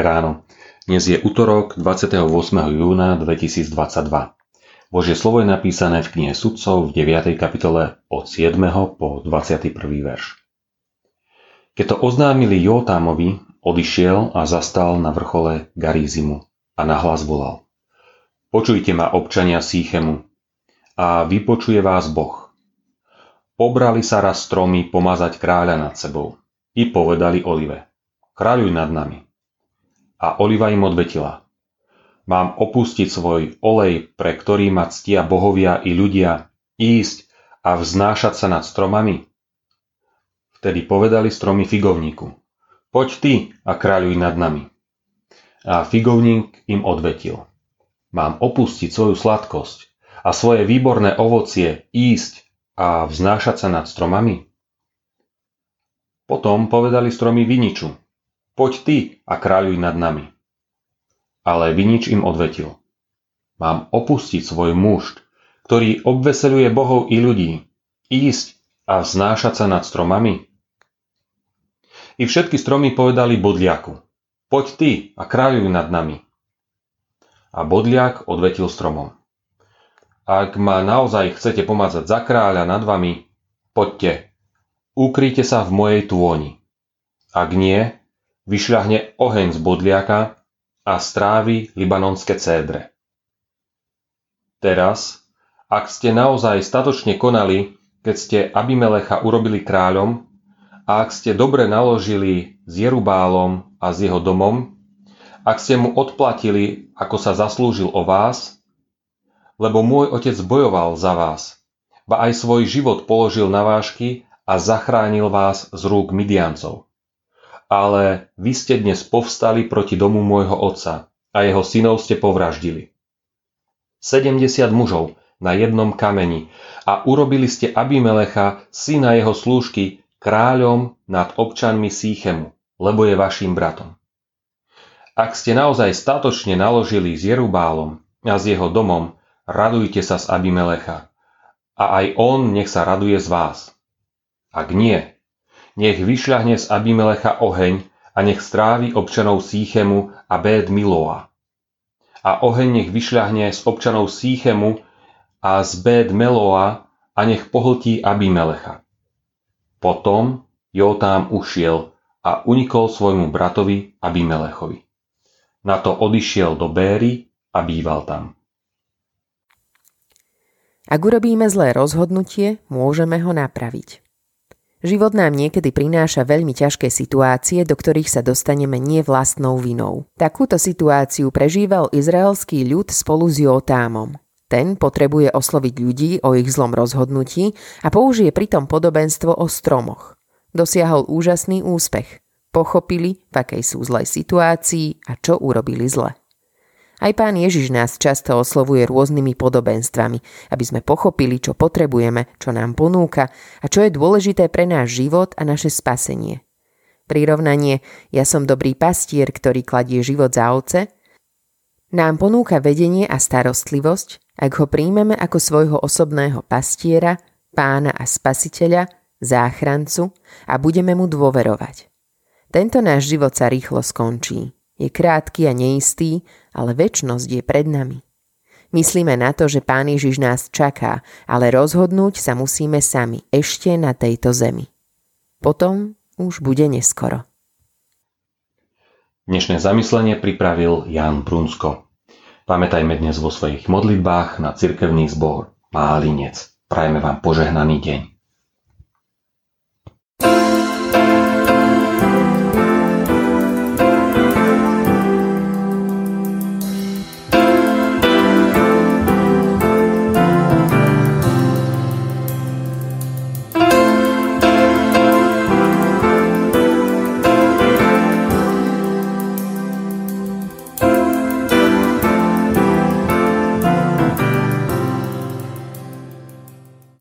ráno. Dnes je utorok 28. júna 2022. Božie slovo je napísané v knihe Sudcov v 9. kapitole od 7. po 21. verš. Keď to oznámili Jótámovi, odišiel a zastal na vrchole Garízimu a nahlas volal: Počujte ma, občania Síchemu, a vypočuje vás Boh. Pobrali sa raz stromy pomazať kráľa nad sebou i povedali Olive: Kráľuj nad nami. A Oliva im odvetila: Mám opustiť svoj olej, pre ktorý ma ctia bohovia i ľudia, ísť a vznášať sa nad stromami? Vtedy povedali stromy figovníku: Poď ty a kráľuj nad nami. A figovník im odvetil: Mám opustiť svoju sladkosť a svoje výborné ovocie, ísť a vznášať sa nad stromami? Potom povedali stromy viniču: Poď ty a kráľuj nad nami. Ale vinič im odvetil: Mám opustiť svoj mušt, ktorý obveseľuje bohov i ľudí, ísť a vznášať sa nad stromami? I všetky stromy povedali bodliaku: Poď ty a kráľuj nad nami. A bodliak odvetil stromom: Ak ma naozaj chcete pomazať za kráľa nad vami, poďte, ukryjte sa v mojej tôni. Ak nie, vyšľahne oheň z bodliaka a strávi libanonské cédre. Teraz, ak ste naozaj statočne konali, keď ste Abimelecha urobili kráľom, a ak ste dobre naložili s Jerubálom a s jeho domom, ak ste mu odplatili, ako sa zaslúžil o vás, lebo môj otec bojoval za vás, ba aj svoj život položil na vážky a zachránil vás z rúk Midiancov. Ale vy ste dnes povstali proti domu môjho otca a jeho synov ste povraždili. 70 mužov na jednom kameni a urobili ste Abimelecha, syna jeho slúžky, kráľom nad občanmi Síchemu, lebo je vašim bratom. Ak ste naozaj statočne naložili s Jerubálom a s jeho domom, radujte sa z Abimelecha, a aj on nech sa raduje z vás. Ak nie, nech vyšľahne z Abimelecha oheň a nech strávi občanov Síchemu a Bét Miloa. A oheň nech vyšľahne z občanov Síchemu a z Bét Meloa a nech pohltí Abimelecha. Potom Jótám ušiel a unikol svojmu bratovi Abimelechovi. Na to odišiel do Béry a býval tam. Ak urobíme zlé rozhodnutie, môžeme ho napraviť. Život nám niekedy prináša veľmi ťažké situácie, do ktorých sa dostaneme nie vlastnou vinou. Takúto situáciu prežíval izraelský ľud spolu s Jótámom. Ten potrebuje osloviť ľudí o ich zlom rozhodnutí a použije pritom podobenstvo o stromoch. Dosiahol úžasný úspech. Pochopili, v akej sú zlej situácii a čo urobili zle. Aj Pán Ježiš nás často oslovuje rôznymi podobenstvami, aby sme pochopili, čo potrebujeme, čo nám ponúka a čo je dôležité pre náš život a naše spasenie. Prirovnanie "Ja som dobrý pastier, ktorý kladie život za ovce" nám ponúka vedenie a starostlivosť, ak ho príjmeme ako svojho osobného pastiera, Pána a Spasiteľa, záchrancu a budeme mu dôverovať. Tento náš život sa rýchlo skončí. Je krátky a neistý, ale večnosť je pred nami. Myslíme na to, že Pán Ježiš nás čaká, ale rozhodnúť sa musíme sami, ešte na tejto zemi. Potom už bude neskoro. Dnešné zamyslenie pripravil Ján Brunsko. Pamätajme dnes vo svojich modlitbách na cirkevný zbor Málinec. Prajme vám požehnaný deň.